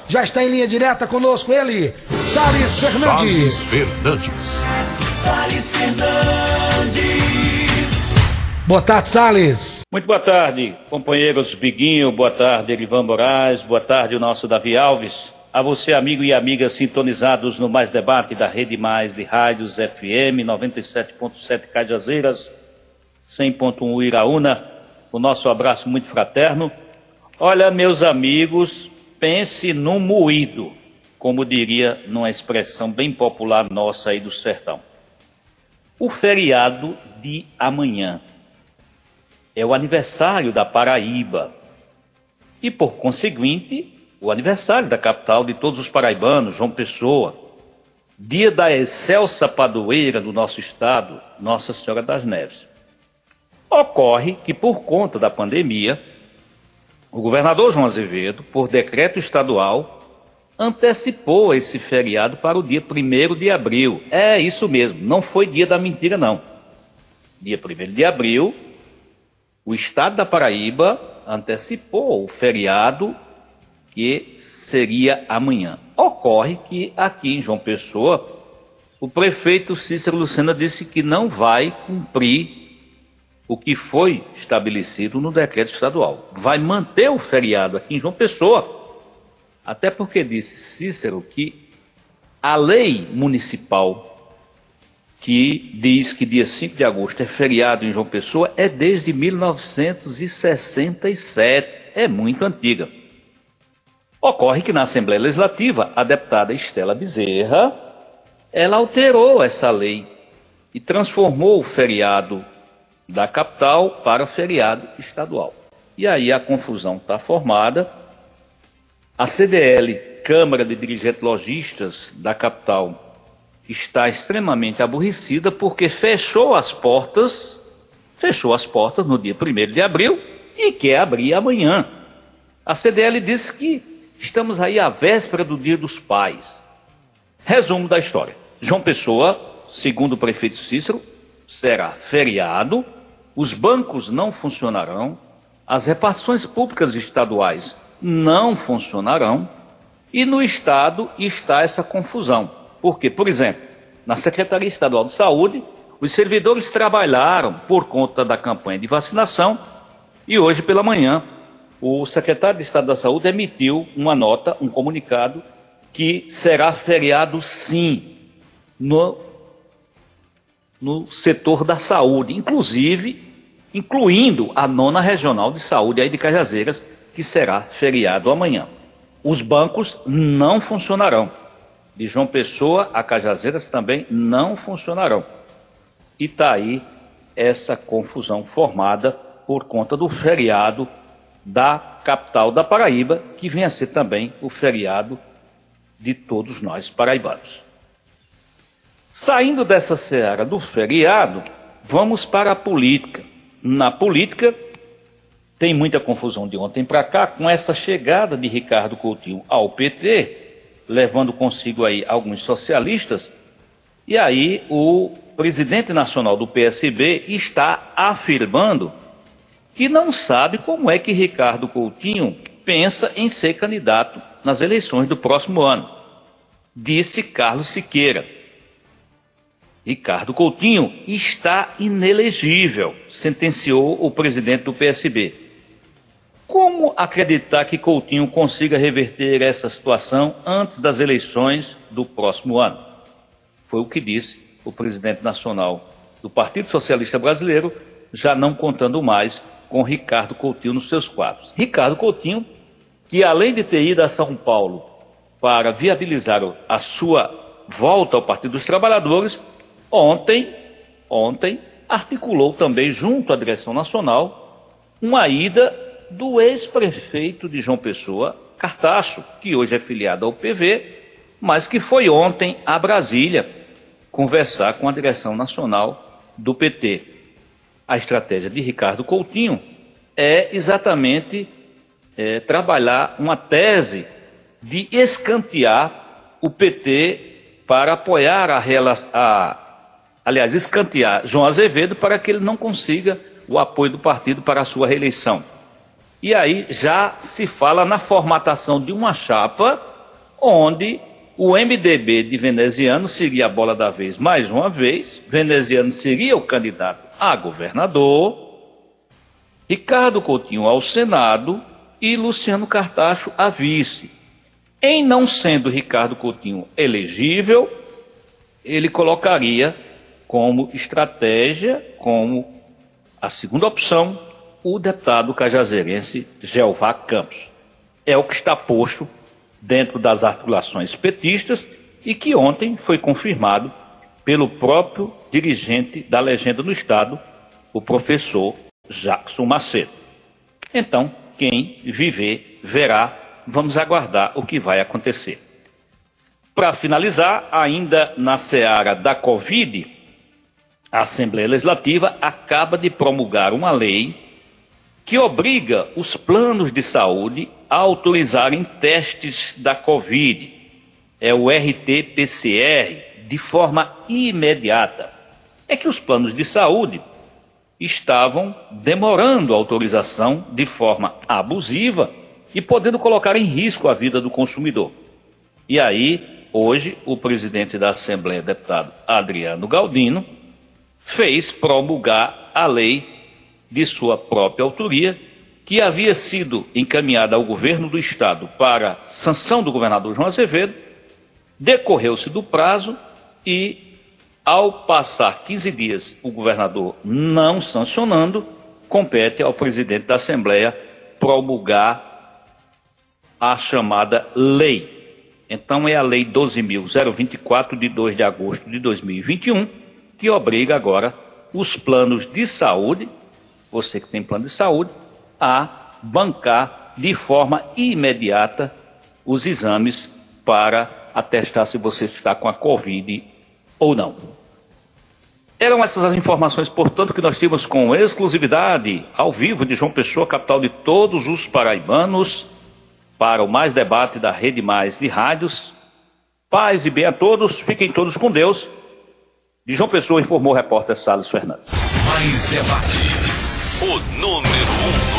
Já está em linha direta conosco ele, Salles Fernandes. Salles Fernandes. Boa tarde, Salles. Muito boa tarde, companheiros Biguinho, boa tarde, Erivan Moraes, boa tarde, o nosso Davi Alves. A você, amigo e amiga sintonizados no Mais Debate da Rede Mais de Rádios FM, 97.7 Cajazeiras, 100.1 Iraúna, o nosso abraço muito fraterno. Olha, meus amigos, pense num moído, como diria numa expressão bem popular nossa aí do sertão. O feriado de amanhã é o aniversário da Paraíba e, por conseguinte, o aniversário da capital de todos os paraibanos, João Pessoa, dia da excelsa padroeira do nosso estado, Nossa Senhora das Neves. Ocorre que, por conta da pandemia, o governador João Azevedo, por decreto estadual, antecipou esse feriado para o dia 1º de abril. É isso mesmo, não foi dia da mentira, não. Dia 1º de abril, o estado da Paraíba antecipou o feriado que seria amanhã. Ocorre que aqui em João Pessoa, o prefeito Cícero Lucena disse que não vai cumprir o que foi estabelecido no decreto estadual. Vai manter o feriado aqui em João Pessoa, até porque disse Cícero que a lei municipal que diz que dia 5 de agosto é feriado em João Pessoa é desde 1967, é muito antiga. Ocorre que na Assembleia Legislativa, a deputada Estela Bezerra, ela alterou essa lei e transformou o feriado da capital para feriado estadual. E aí a confusão está formada. A CDL, Câmara de Dirigentes Lojistas da capital, está extremamente aborrecida porque fechou as portas no dia 1º de abril e quer abrir amanhã. A CDL disse que estamos aí à véspera do Dia dos Pais. Resumo da história. João Pessoa, segundo o prefeito Cícero, será feriado, os bancos não funcionarão, as repartições públicas estaduais não funcionarão e no estado está essa confusão. Porque, por exemplo, na Secretaria Estadual de Saúde, os servidores trabalharam por conta da campanha de vacinação e hoje pela manhã o secretário de Estado da Saúde emitiu uma nota, um comunicado, que será feriado sim no setor da saúde, incluindo a 9ª Regional de Saúde aí de Cajazeiras, que será feriado amanhã. Os bancos não funcionarão. De João Pessoa a Cajazeiras também não funcionarão. E está aí essa confusão formada por conta do feriado da capital da Paraíba, que vem a ser também o feriado de todos nós paraibanos. Saindo dessa seara do feriado, vamos para a política. Na política, tem muita confusão de ontem para cá, com essa chegada de Ricardo Coutinho ao PT, levando consigo aí alguns socialistas, e aí o presidente nacional do PSB está afirmando que não sabe como é que Ricardo Coutinho pensa em ser candidato nas eleições do próximo ano. Disse Carlos Siqueira. Ricardo Coutinho está inelegível, sentenciou o presidente do PSB. Como acreditar que Coutinho consiga reverter essa situação antes das eleições do próximo ano? Foi o que disse o presidente nacional do Partido Socialista Brasileiro, já não contando mais com Ricardo Coutinho nos seus quadros. Ricardo Coutinho, que além de ter ido a São Paulo para viabilizar a sua volta ao Partido dos Trabalhadores, ontem articulou também junto à direção nacional uma ida do ex-prefeito de João Pessoa, Cartacho, que hoje é filiado ao PV, mas que foi ontem a Brasília conversar com a direção nacional do PT. A estratégia de Ricardo Coutinho é exatamente trabalhar uma tese de escantear o PT para apoiar escantear João Azevedo para que ele não consiga o apoio do partido para a sua reeleição. E aí já se fala na formatação de uma chapa onde o MDB de Veneziano seria a bola da vez mais uma vez. Veneziano seria o candidato a governador, Ricardo Coutinho ao Senado e Luciano Cartacho a vice. Em não sendo Ricardo Coutinho elegível, ele colocaria como estratégia, como a segunda opção, o deputado cajazeirense Jeová Campos. É o que está posto dentro das articulações petistas e que ontem foi confirmado pelo próprio dirigente da legenda no Estado, o professor Jackson Macedo. Então, quem viver, verá. Vamos aguardar o que vai acontecer. Para finalizar, ainda na seara da Covid, a Assembleia Legislativa acaba de promulgar uma lei que obriga os planos de saúde a autorizarem testes da Covid, é o RT-PCR, de forma imediata. É que os planos de saúde estavam demorando a autorização de forma abusiva e podendo colocar em risco a vida do consumidor. E aí, hoje, o presidente da Assembleia, deputado Adriano Galdino, fez promulgar a lei de sua própria autoria, que havia sido encaminhada ao governo do Estado para sanção do governador João Azevedo, decorreu-se do prazo e, ao passar 15 dias, o governador não sancionando, compete ao presidente da Assembleia promulgar a chamada lei. Então é a Lei 12.024, de 2 de agosto de 2021, que obriga agora os planos de saúde, você que tem plano de saúde, a bancar de forma imediata os exames para atestar se você está com a Covid ou não. Eram essas as informações, portanto, que nós tínhamos com exclusividade, ao vivo, de João Pessoa, capital de todos os paraibanos, para o Mais Debate da Rede Mais de Rádios. Paz e bem a todos, fiquem todos com Deus. De João Pessoa informou o repórter Salles Fernandes. Mais Debate, o número 1.